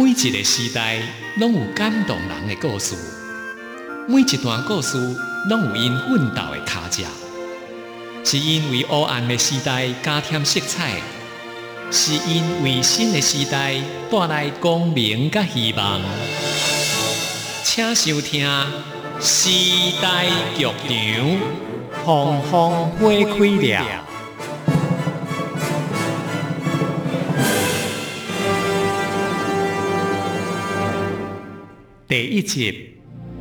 每一个时代拢有感动人的故事，每一段故事拢有因奋斗的脚迹，是因为黑暗的时代加添色彩，是因为新的时代带来光明甲希望。请收听《时代剧场》，风风花开了。第一集。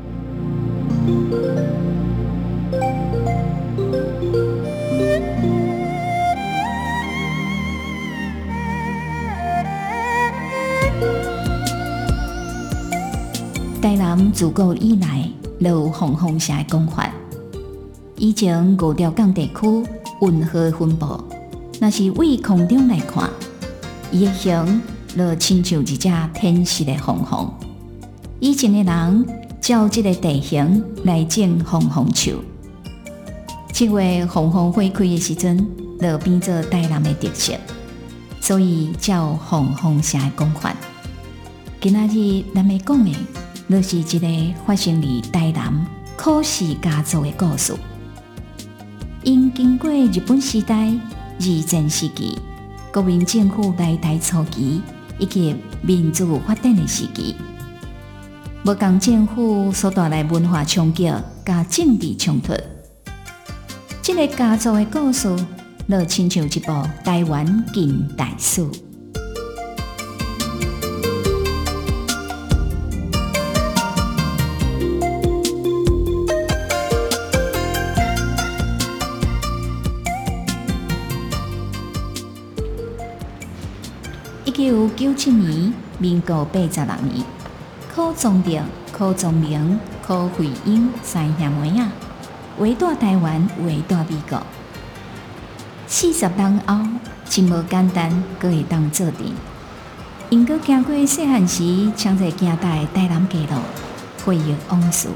台南自古以来就有凤凰社的讲法。以前五条港地区云河分布，若是为空中来看，伊的形就亲像一只天使的凤凰。以前的人照这个地形来种凤凰树，7月凤凰花开的时阵，就变作台南的特色，所以叫凤凰社的讲法。今仔日咱要讲的，就是一个发生于台南柯氏家族的故事。因经过日本时代、二战时期、国民政府来台初期以及民主发展的时期，无共政府所带来文化冲击甲政治冲突，这个家族的故事，就亲像一部台湾近代史。1997年，民国86年。柯宗德、柯宗明、柯惠英三兄妹仔，回到台湾，回到美国。40年后，真无简单，阁会当做阵。因阁行过细汉时抢在行大台南街路，回忆往事。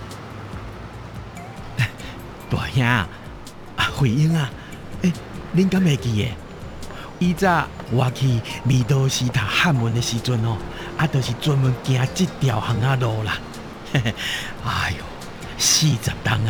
大兄，惠英啊，恁敢会记的？以早我去美都市读汉文的时阵哦，就是专门行这条巷仔路啦。哎呦，40年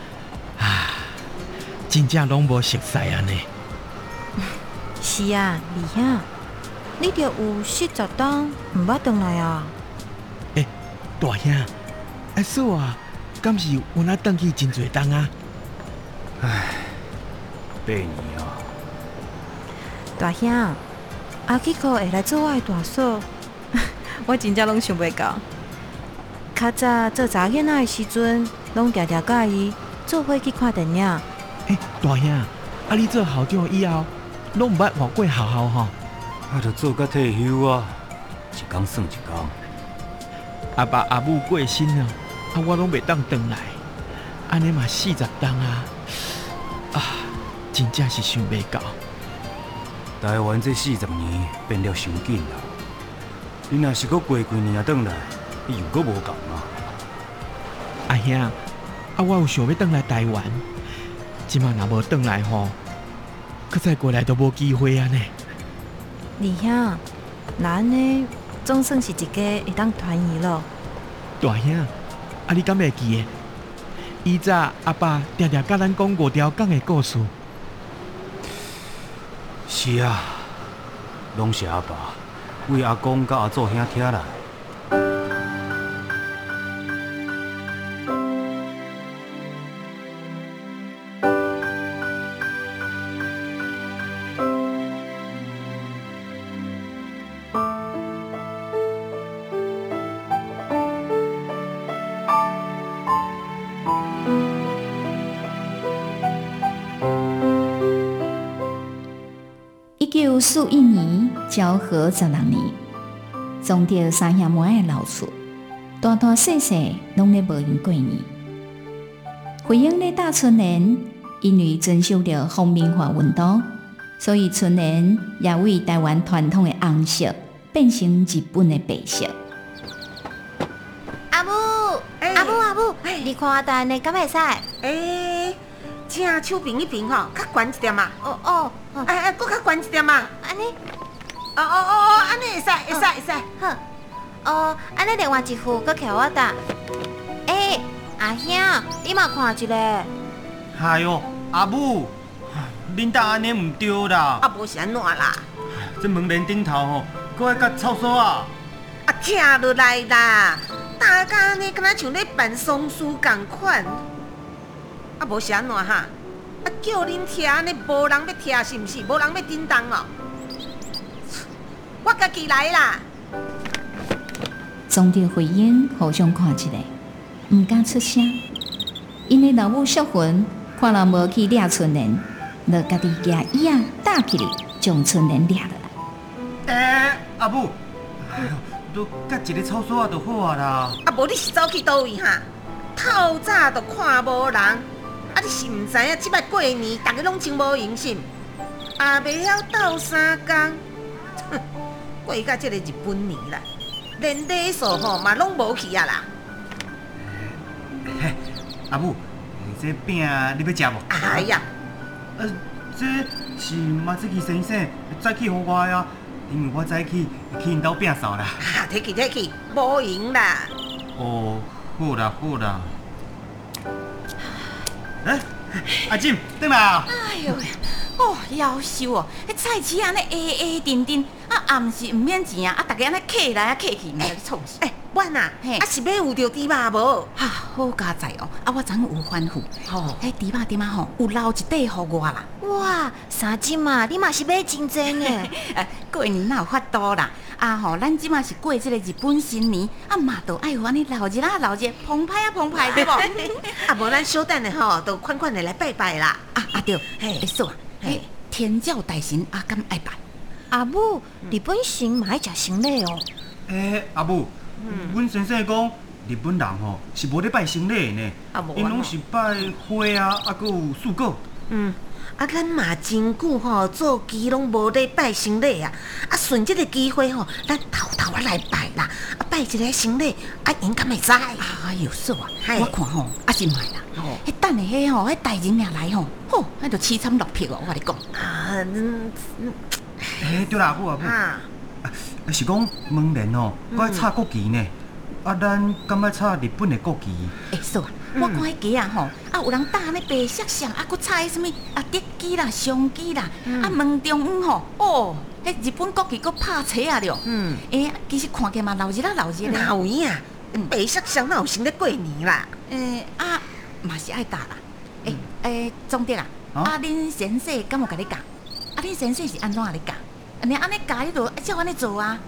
真正拢无熟悉安尼。 是啊，二兄，你着有40年毋捌回来啊？ 大兄，是啊，敢是有哪回去真侪天啊？ 唉，8年啊。 大兄，阿基哥会来做我的大嫂，我真正拢想袂到。较早做查囡仔的时阵，拢常常甲伊做伙去看电影。 大兄，你做校长以后，拢毋捌换过学校吼？ 着做甲退休啊，一天算一天。 阿爸阿母过身了，我拢袂当回来，安尼嘛40年真正是想袂到。 台湾这40年变了伤紧啦，你若是搁过几年回来，你又搁无共啊。 阿兄，我有想要回来台湾，即马若无回来吼，搁再过来都无机会啊呢。 二兄，那安尼总算是一家会当团圆咯。 大兄，你敢会记的？以早阿爸常常甲咱讲5条港的故事。 是啊，拢是阿爸为阿公甲阿祖兄听来。 1941年，昭和16年，宗德三兄妹的老厝，大大细细拢咧无闲过年。惠英咧搭春联，因为遵守着皇民化运动，所以春联也为台湾传统的红色变成日本的白色。 阿母，阿母，你看我台呢，敢会使？ 正手平一平吼，较悬一点嘛。 搁搁较悬一点嘛。 安尼。 安尼会使。 好。 哦，安尼另外一副，搁徛我搭。阿兄，你嘛看一个。 哎哟，阿母，恁搭安尼唔对啦。 啊，无是安怎啦？ 这门帘顶头吼，搁爱甲臭扫啊！ 啊，听落来啦，大家呢，敢若像咧办丧事共款。啊，无是安怎哈？啊，叫恁听安尼，无人要听是毋是？无人要叮当哦。我家己来啦。 总着回应互相看一下，毋敢出声。因的老母淑云看人无去掠春联，就家己举椅仔搭起来，将春联掠落来。 阿母，哎呦，都甲一个臭扫啊就好啊啦。 啊，无你是走去倒位哈？透早就看无人，啊，你是毋知影即摆过年，大家拢真无闲心，也袂晓斗三工，哼，过到即个日本年啦，连礼数吼嘛拢无去啊啦。 嘿，阿母，这饼你要食无？ 哎呀， 这是马志奇先生早起互我呀，因为我早起去因兜摒扫啦。 啊，摕去，无闲啦。 哦，好啦好啦。阿进，转来啊！ 哎呦，哦，夭寿哦！迄菜市安尼沉沉，啊，暗时毋免钱啊，大家安尼客来啊客去，毋知创啥？ 阮啊， 嘿啊是要有着猪肉无？ 哈，好佳哉哦！啊，我昨有吩咐， 吼， 迄猪肉店啊吼，有留一底互我啦。 哇，三斤嘛，你嘛是买真济呢？ 过年哪有法度啦？啊吼，咱即马是过即个日本新年，啊嘛，都爱有安尼留日啊留日，澎湃啊澎湃，对无？ 啊无咱小等的吼，都款款的来拜拜啦。 啊对， 嘿说啊，迄天照大神啊，敢爱拜？ 阿母，日本神嘛爱食生礼哦。 阿母，阮先生讲日本人吼是无咧拜生礼的呢， 啊无啊因拢是拜花啊，啊，搁有树果。 啊，咱嘛真久吼，做鸡拢无咧拜生礼啊！啊，顺即个机会吼，咱偷偷啊来拜啦，啊拜一个生礼，啊因敢会知？ 哎呦，说啊， 嘿我看吼，啊是歹啦。 吼迄等下迄吼，迄大人命来吼，吼，迄就凄惨落魄哦，我跟你讲。 啊， 对啦，阿母阿母， 啊， 是讲门帘吼，搁爱插国旗呢。啊，咱敢爱插日本的国旗？ 说啊，我看迄家啊吼，啊有人搭安尼白色相，啊搁插迄什物啊竹机啦、双机啦，啊门中央吼，哦，迄日本国旗搁拍车啊了。其实看起嘛闹热啊闹热哪咧。 有影？白色相哪有成咧过年啦？ 嘛是爱搭啦。总得啊，啊恁先生敢有甲你教？啊恁先生是安怎甲你教？安尼教你就照安尼做啊。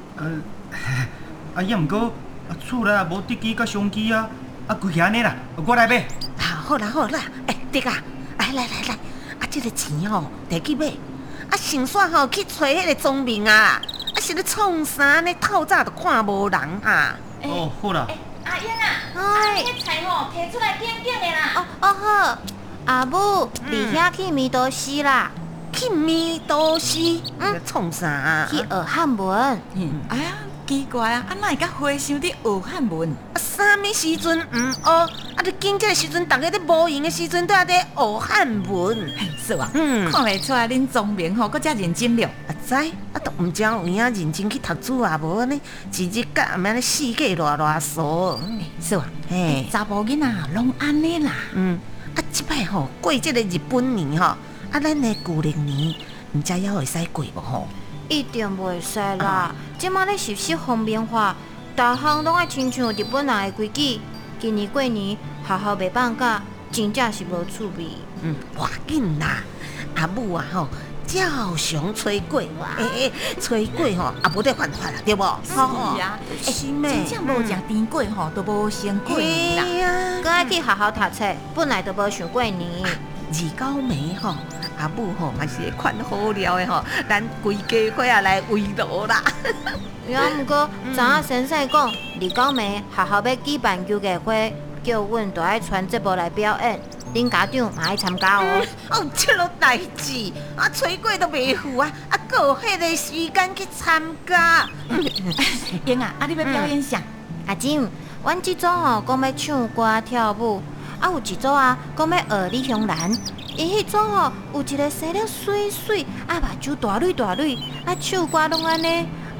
也毋过厝内也无竹机甲双机啊，规起安尼啦，我来买。 啊，好啦好啦，弟啊，来，啊，即个钱吼，摕去买，啊，先煞吼去找迄个庄民啊，啊，是咧创啥呢？透早就看无人啊。 哦，好啦。 阿英啊，迄菜吼摕出来点点的啦。 哦好，阿母，离遐去弥陀寺啦， 去弥陀寺，创啥啊？ 去学汉文。 哎呀，奇怪啊，哪会甲花想伫学汉文？ 啥物时阵毋学？啊，你紧这个时阵，大家咧无闲的时阵，都还咧学汉文。 是啊，看袂出来恁庄明吼，搁遮认真了。 知，啊，都毋知有影认真去读书啊，无安尼一日甲安尼世界偌傻。 是啊， 嘿， 查甫囡仔拢安尼啦。 啊，即摆吼过即个日本年吼，啊，咱的旧历年，毋知还会使过无吼？ 一定袂使啦！即马咧实施方便化，逐项拢爱亲像日本人的规矩。今年过年学校袂放假，真正是无趣味。 要紧啦，阿母啊吼，照常吹过，吹过吼，也无得犯法啦，对无？ 是啊， 是咩？ 真正无食甜粿吼，都无先过年啦。 啊， 搁爱去学校读册，本来就无想过年。 二九暝吼，阿母吼嘛是会款好料的吼，咱规家伙啊来围炉啦。 也毋过，知影先生讲，二九暝学校要举办球艺会，叫阮都爱传节目来表演，恁家长嘛爱参加哦。 这落代志啊，吹过都袂赴啊，啊，搁有迄个时间去参加。 英啊，你要表演啥？ 阿金，阮即组吼讲要唱歌跳舞，啊有一组啊讲要学李香兰，因迄组吼有一个生了水水，啊目睭大蕊大蕊，啊唱歌拢安尼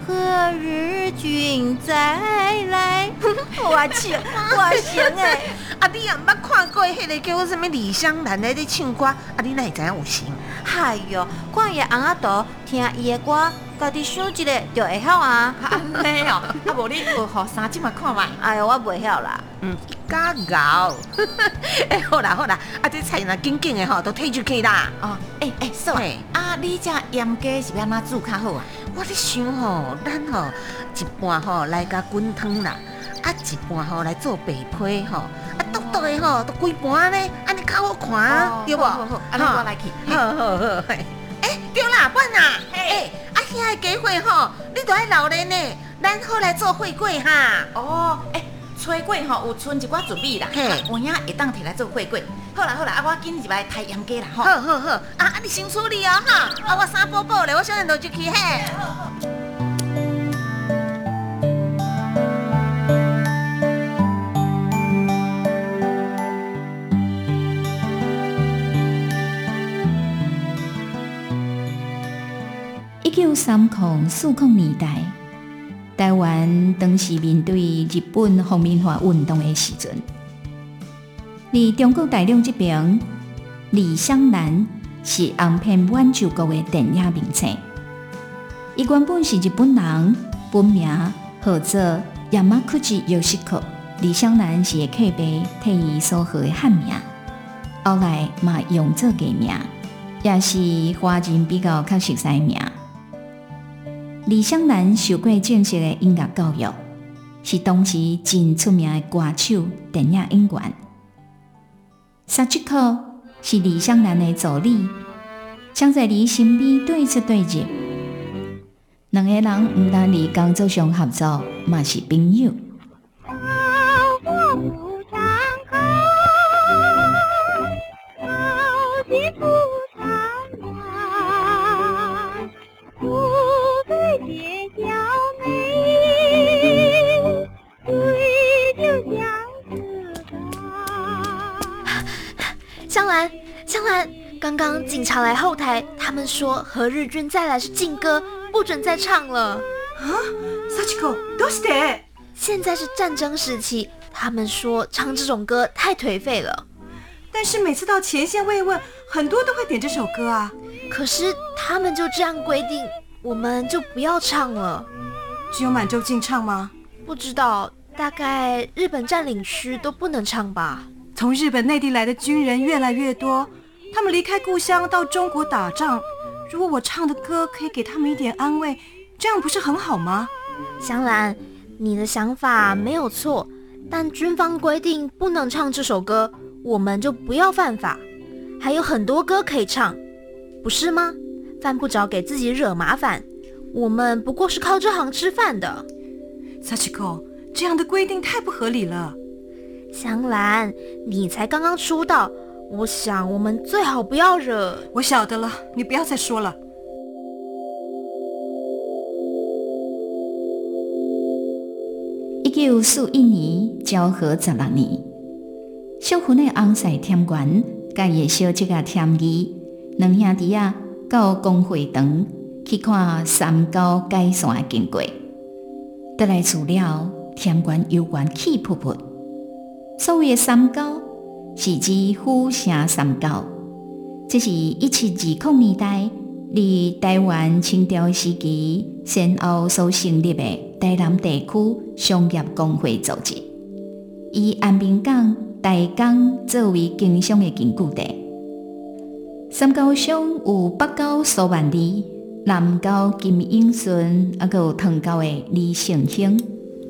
何日君再来？我去，我行诶！ 啊，你也毋捌看过迄个叫什么李香兰的咧唱歌，啊，你哪会知影有成？ 哎哟，看伊红仔图，听伊的歌，家己想一个就会晓啊。 安尼哦，啊无你学好三即嘛看卖。 哎哟，我袂晓啦。 假咬。好啦好啦，啊，这菜若紧紧的吼，都退出去啦。 哦，嫂啊，啊你这盐鸡是要安怎煮较好啊？ 我咧想吼，咱吼一半吼来甲滚汤啦，啊一半吼来做白皮吼，啊独独的吼都规盘呢，安尼较好看啊，对无？ 好，安尼我来去。 好，对啦，爸啊，遐个鸡血吼，你都爱留咧呢，咱好来做血粿哈。 哦，炊粿吼有剩一寡准备啦，有影会当摕来做血粿。好啦，啊我紧入来杀盐鸡啦吼。 好，啊你先处理哦哈，啊我衫补补咧，我小人就入去嘿。 1930-40年代，台湾当时面对日本皇民化运动的时阵，在中国大陆这边，李香兰是红遍满洲国的电影明星。伊原本是日本人，本名号做Yamaguchi Yoshiko。李香兰是客家替伊所号的汉名，后来嘛用做艺名，也是华人比较较熟悉的名。李香兰受过正式的音乐教育，是当时真出名的歌手、电影演员。Sachiko 是李香兰的助理，常在伊身边对出对入。两个人不但伫工作上合作，嘛是朋友。 香兰，刚刚警察来后台，他们说何日君再来是禁歌，不准再唱了。 啊，Sachiko，どうして？ 现在是战争时期，他们说唱这种歌太颓废了。 但是每次到前线慰问，很多都会点这首歌啊。 可是他们就这样规定，我们就不要唱了。 只有满洲禁唱吗？ 不知道，大概日本占领区都不能唱吧。 从日本内地来的军人越来越多，他们离开故乡到中国打仗。如果我唱的歌可以给他们一点安慰，这样不是很好吗？ 香兰，你的想法没有错，但军方规定不能唱这首歌，我们就不要犯法。还有很多歌可以唱，不是吗？犯不着给自己惹麻烦，我们不过是靠这行吃饭的。 Sachiko， 这样的规定太不合理了。 香兰，你才刚刚出道，我想我们最好不要惹。 我晓得了，你不要再说了。 1941年昭和16年，淑芬的翁婿添元甲伊的小姐添仪两兄弟到公会堂去看三高改线的经过，得来资料，添元犹原气噗噗。所谓的三高是指府城三高，这是1720年代伫台湾清朝时期先后所成立的台南地区商业工会组织，以安平港、台港作为经商的根据地。三高乡有北高苏万里、南高金永顺，还有唐高的李成兴。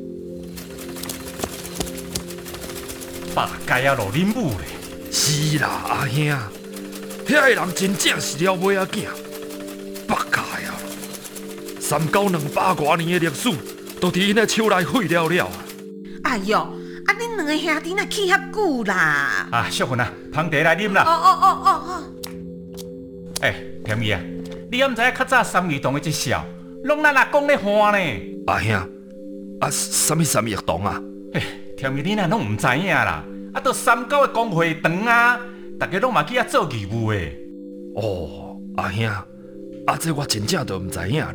百佳啊，落恁母咧！ 是啦，阿兄，遐个人真正是了尾仔囝，百佳啊！三高200多年的历史，都伫因的手内毁了了。 哎哟，啊恁两个兄弟哪去遐久啦？ 啊，淑芬啊，芳茶来啉啦。 哦。 添姨啊，你敢毋知影较早三义堂的一笑，拢咱阿公咧喊呢？ 阿兄，啊，什么三义堂啊？ 添姨你若拢毋知影啦，啊，到三高的公会堂啊，大家拢嘛去遐做义务的。 哦，阿兄，啊，这我真正都毋知影咧。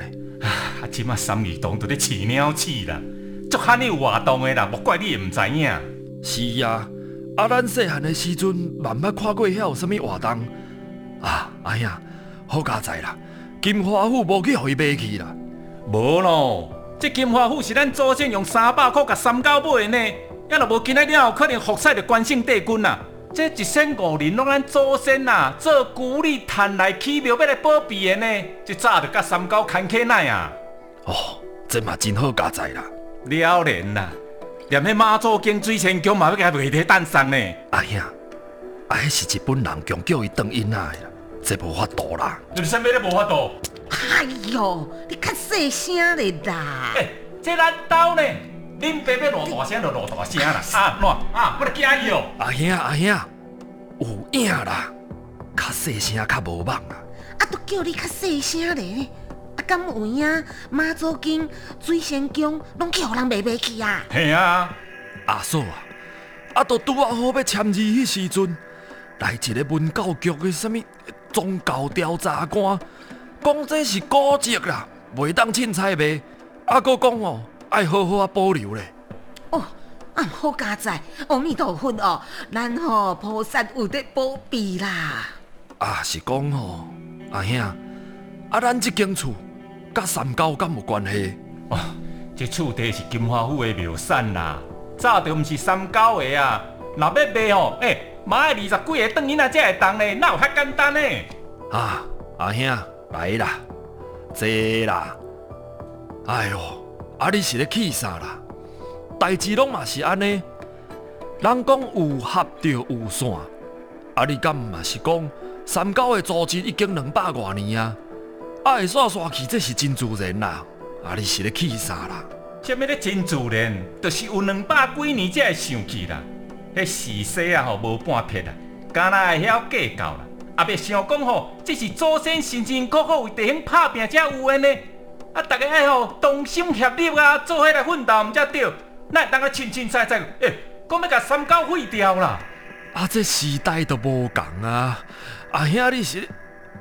啊，即马三二洞都咧饲鸟鼠啦，足罕你有活动的啦，莫怪你会毋知影。 是啊，咱细汉的时阵，万捌看过遐有啥物活动啊？阿兄，好佳哉啦！金花虎无去互伊买去啦。 无咯，这金花虎是咱祖先用300块甲3狗买的呢，要若无今仔日有可能服侍着关圣帝君啦。这150人拢咱祖先啦，做古里趁来起庙要来保庇的呢，这早就甲3狗牵起来啊！ 哦，这嘛真好佳哉啦！ 了然啦，连迄妈祖经水仙宫嘛要甲卖地诞送呢。 阿兄，迄是日本人强叫伊当囡仔的啦，这无法度啦。 你啥物咧无法度？ 哎呦，你较细声咧啦！ 这咱兜呢，恁爸要偌大声就偌大声啦。我来惊伊哦。 阿兄，有影啦，较细声较无梦啦。 都叫你较细声咧，敢有影？妈祖经、水仙宫拢去互人卖去啊？ 嘿啊， 阿嫂啊，都拄好要签字迄时阵，来一个文教局的什物宗教调查官，讲这是古迹啦，袂当凊彩卖，搁讲爱好好保留咧。 好佳哉，阿弥陀佛哦，咱菩萨有得保庇啦。 是讲阿兄，咱这间厝甲三狗敢有关系？ 这厝地是金花虎的庙产啦，早就毋是三狗的啊。若要卖嘛要20几个转囡仔才会当呢，哪有遐简单呢？ 阿兄来啦，坐啦。哎呦，你是咧气啥啦？代志拢嘛是安尼，人讲有合就有散，你敢嘛是讲三狗的祖籍已经200多年啊？会煞煞去，这是真自然啦。你是咧气啥啦？ 什么咧真自然？就是有200几年才会想起啦。迄时势无半撇啦，敢若会晓计较啦。别想讲这是祖先辛辛苦苦为地方打拼才有的呢。大家爱同心协力啊，做伙来奋斗，毋才对。哪会当清清彩彩讲要甲三狗废掉啦？ 这时代都无共啊！兄你是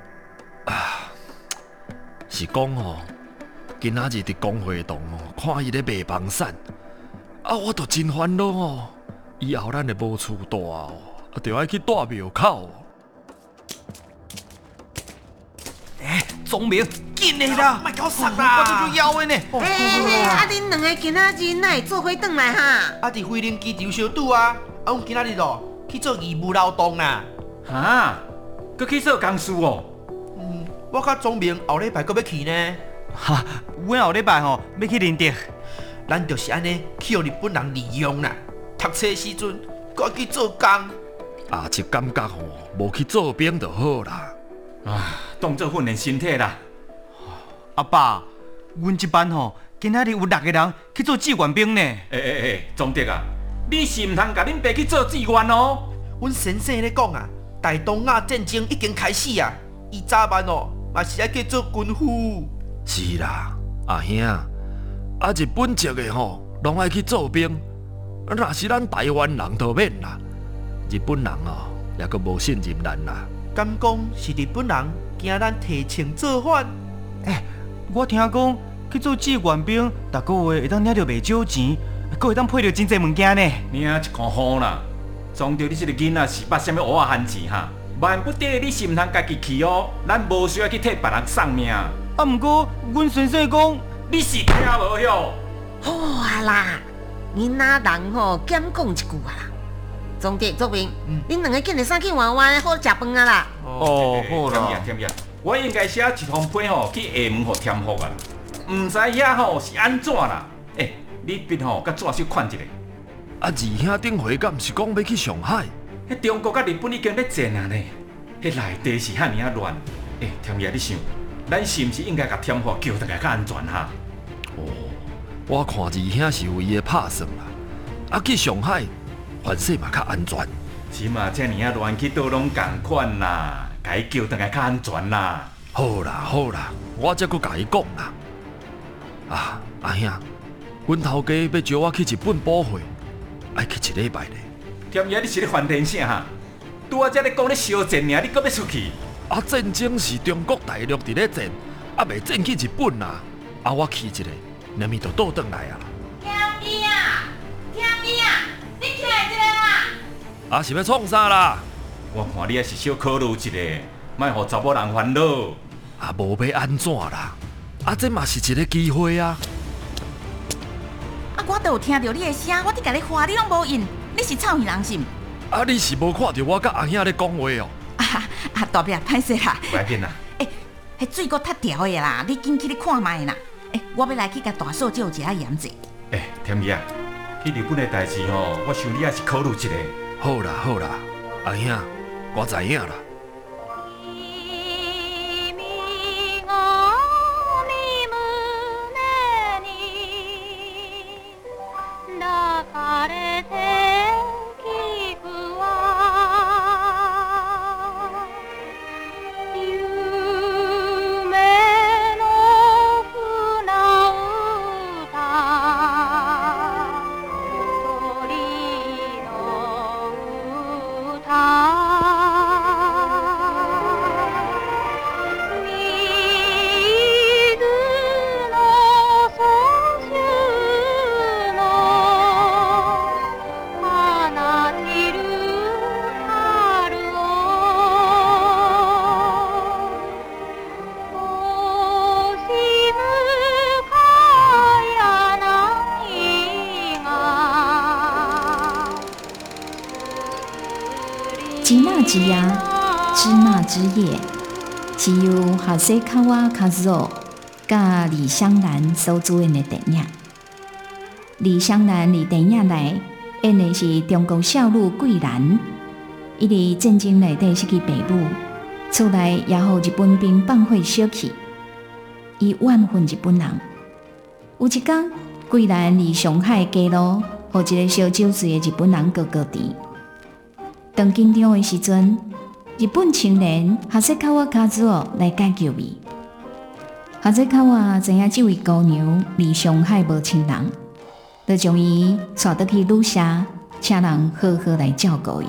是讲今仔日伫公会堂看伊咧卖房产，我都真烦恼以后咱会无厝住就要去住庙口。 宗明，紧的啦，莫搞杀啦！我做妖的呢。 恁两个今仔日哪会做伙转来哈？ 伫飞林机场相拄啊！阮今仔日去做义务劳动啦。 搁去做工事哦？ 我甲宗明后礼拜搁要去呢。 阮后礼拜要去林德。 咱就是安尼去互日本人利用啦。读册时阵，搁去做工。 这感觉无去做兵就好啦。 当作训练身体啦。 阿爸，阮这班今仔日有6个人去做志愿兵呢。 宗德啊，你是毋通甲恁爸去做志愿哦。 阮先生咧讲大东亚战争已经开始啊，伊早晚嘛是爱去做军夫。 是啦，兄，日本籍的拢爱去做兵，若是咱台湾人就免啦。日本人也阁无信任咱啦。 敢讲是日本人惊咱提枪造反？ 我听讲去做志愿兵，逐个月会当领到袂少钱，阁会当配到真侪物件呢。 领一箍好啦，总之你这个囡仔是捌什么蚵仔汉字哈？万不得你是毋通家己去哦，咱无需要去替别人送命。 毋过阮先生讲， 你是听无晓？ 好啦，囡仔人减讲一句啦。宗德、宗明，恁两个今日上去玩玩，好食饭啊啦！ 好啦，添呀，我应该写一封批去下门互添福啊，唔知遐是安怎啦？你笔甲纸手看一下。 二兄顶回敢是讲要去上海？ 迄中国甲日本已经咧战啊呢，迄内地是遐尔乱。添呀，你想，咱是毋是应该甲添福叫大家较安全哈？ 我看二兄是有伊的拍算啦，去上海。凡事嘛较安全， 起码这尔乱去倒拢共款啦，该叫大家较安全啦。 好啦，我才阁甲伊讲啦。阿兄，阮头家要招我去日本补会，爱去1礼拜咧。 添爷，你是咧烦天啥哈？拄仔才咧讲咧烧战尔，你阁要出去？ 战争是中国大陆伫咧战，袂战去日本啦。 啊，我去一下，两面就倒转来啊。 天边啊，天边啊，你起来一下啊！ 啊，是要创啥啦？ 我看你也是小考虑一下，莫互查某人烦恼。 啊，无要安怎啦？啊，这嘛是一个机会啊！ 啊，我都有听到你的声，我伫甲你话，你拢无应，你是臭耳人是毋？ 啊，你是无看到我甲阿兄咧讲话哦？ 大伯歹势啦。 不要紧啦。 迄水阁太调的啦，你紧去你看卖啦。我要来去甲大嫂借一下盐者。 天意啊，去日本的代志吼，我想你也是考虑一下。 好啦好啦，阿兄，我知影啦。 支那之夜，支那之夜是由哈西卡瓦卡佐甲李香兰所主演的电影。李香兰伫电影内演的是中国少女桂兰，伊伫战争内底失去爸母，厝内也互日本兵放火烧去，伊怨恨日本人。有一天，桂兰伫上海街路，互一个烧酒醉的日本人高高甜。当紧张的时阵，日本青年哈西卡瓦卡佐来解救伊。哈西卡瓦知影这位姑娘离上海无亲人，就将伊带倒去旅社，请人好好来照顾伊。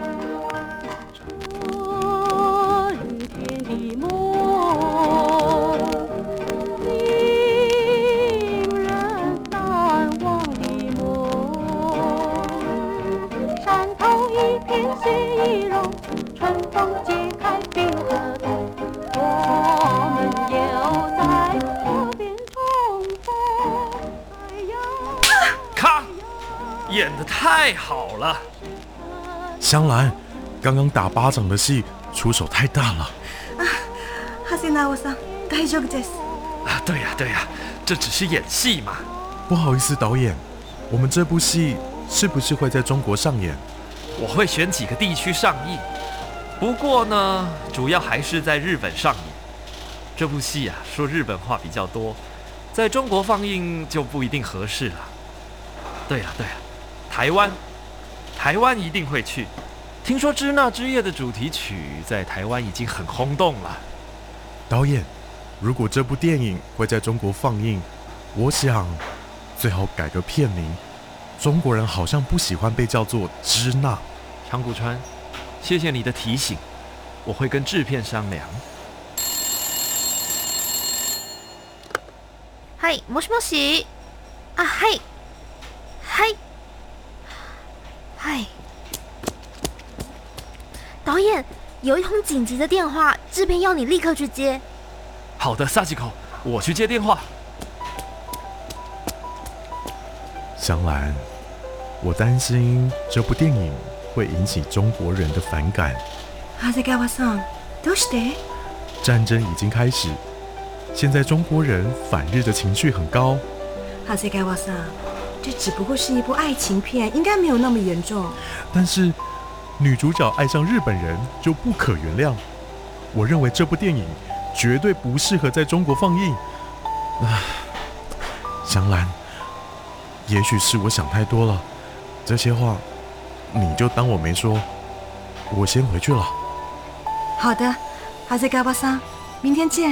演得太好了！ 香兰，刚刚打巴掌的戏出手太大了。 哈西纳沃桑，大丈夫です。 啊，对呀对呀，这只是演戏嘛。 不好意思，导演，我们这部戏是不是会在中国上演？ 我会选几个地区上映，不过呢，主要还是在日本上映。这部戏啊，说日本话比较多，在中国放映就不一定合适了。对了对了，台湾一定会去。听说《支那之夜》的主题曲在台湾已经很轰动了。 导演，如果这部电影会在中国放映，我想最好改个片名。中国人好像不喜欢被叫做支那。 长谷川，谢谢你的提醒，我会跟制片商量。 嗨，もしもし。啊，嗨，嗨，导演，有一通紧急的电话，制片要你立刻去接。 好的，萨吉口，我去接电话。 香兰，我担心这部电影会引起中国人的反感。 長谷川さん、どうして？ 战争已经开始，现在中国人反日的情绪很高。 長谷川さん，这只不过是一部爱情片，应该没有那么严重。 但是女主角爱上日本人就不可原谅。我认为这部电影绝对不适合在中国放映。香兰，也许是我想太多了，这些话你就当我没说。我先回去了。 好的，長谷川さん，明天见。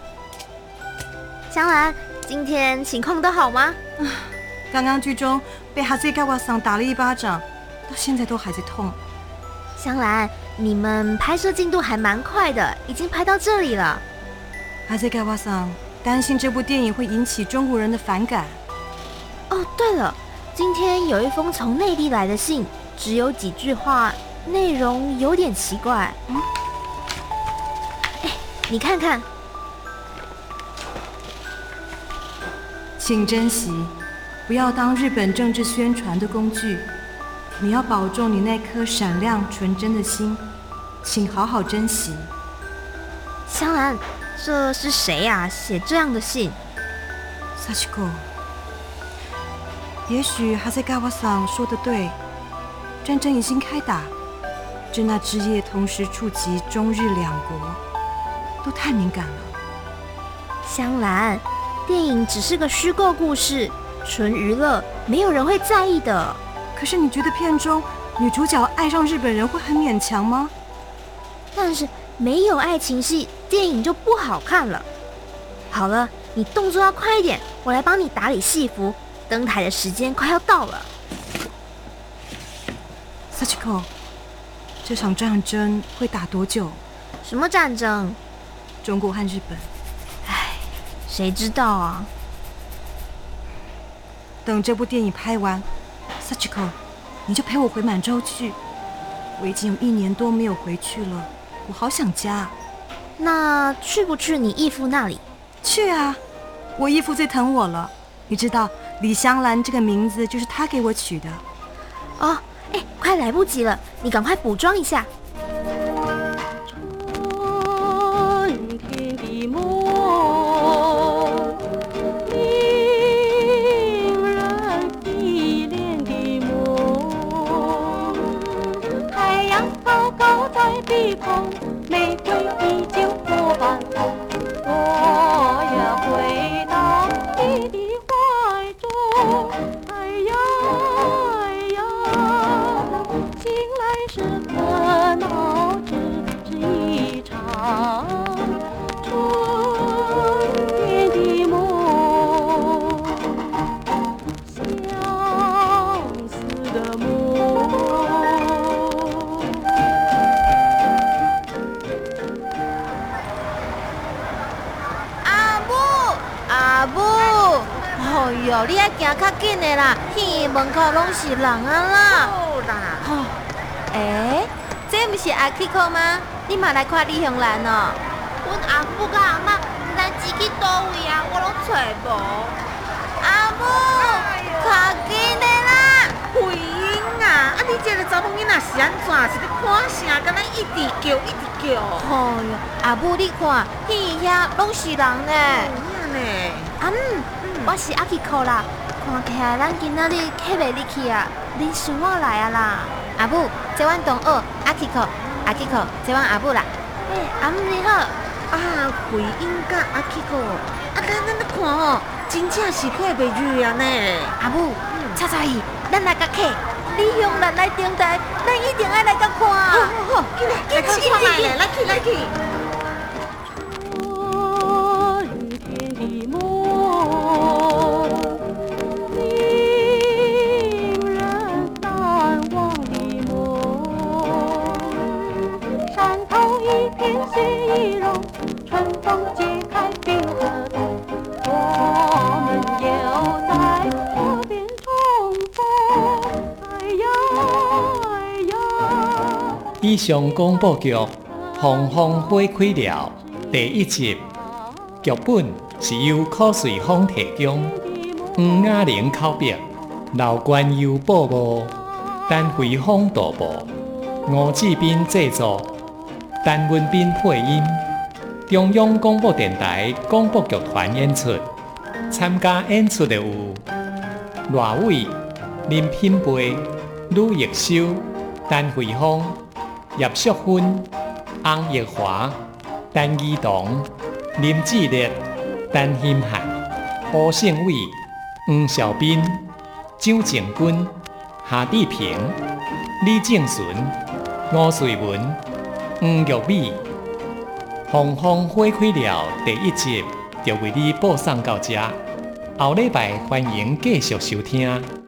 香兰，今天情况都好吗？ 刚刚剧中被長谷川さん打了一巴掌，到现在都还在痛。 香兰，你们拍摄进度还蛮快的，已经拍到这里了。 長谷川さん、 担心这部电影会引起中国人的反感。 哦，对了，今天有一封从内地来的信，只有几句话，内容有点奇怪。你看看。 请珍惜，不要当日本政治宣传的工具。你要保重你那颗闪亮纯真的心，请好好珍惜。 香兰，这是谁呀？写这样的信 ？Sachiko， 也许哈塞嘎瓦桑说的对，战争已经开打，支那之夜同时触及中日两国，都太敏感了。 香兰，电影只是个虚构故事，纯娱乐，没有人会在意的。 可是你觉得片中女主角爱上日本人会很勉强吗？ 但是没有爱情戏，电影就不好看了。好了，你动作要快一点，我来帮你打理戏服，登台的时间快要到了。 Sachiko， 这场战争会打多久？ 什么战争？ 中国和日本。 唉，谁知道啊？ 等这部电影拍完 ，Sachiko， 你就陪我回满洲去。我已经有1年多没有回去了，我好想家。 那去不去你义父那里？ 去啊，我义父最疼我了。你知道李香兰这个名字就是他给我取的。 哦，快来不及了，你赶快补妆一下。 地旁，玫瑰依旧多瓣，我要回到你的怀中。哎呀哎呀，醒来时可恼只是一场春天的梦，相思的梦。 阿母，哎呦，你爱行较紧的啦，戏院门口拢是人啊啦。 好啦。 这不是阿 Kiko 吗？你嘛来看李香兰哦。阮阿母甲阿嬷来自去倒位啊，我拢找无。阿母，较紧的啦。 慧英啊，你这个查某囡仔是安怎？是咧看啥？敢若一直叫一直叫。 哎呦，阿母你看，戏遐拢是人呢。我是阿 Kiko 啦，看起来咱今仔日客袂入去啊，恁顺我来啊啦。阿母，这阮同学阿 Kiko， 阿 Kiko， 这阮阿母啦。阿母你好。 啊，慧英甲阿 Kiko， 咱咧看哦，真正是客袂入啊呢。 阿母，叉叉伊，咱来甲客，李香兰来登台，咱一定爱来甲看。好， 来去看来咧，来去。 以上广播剧《风风火开了》第1集，剧本是由柯瑞芳提供，黄雅玲口笔，刘冠佑播报，陈慧芳导播，吴志斌制作，陈文斌配音。中央广播电台广播剧团演出，参加演出的有赖伟、林品培、吕奕修、陈慧芳、叶淑芬、翁奕华、陈怡彤、林志烈、陈欣汉、胡胜伟、黄小斌、张静君、夏志平、李正纯、吴瑞文、黄玉美。风风火开了第1集就为你播送到这，后礼拜欢迎继续收听。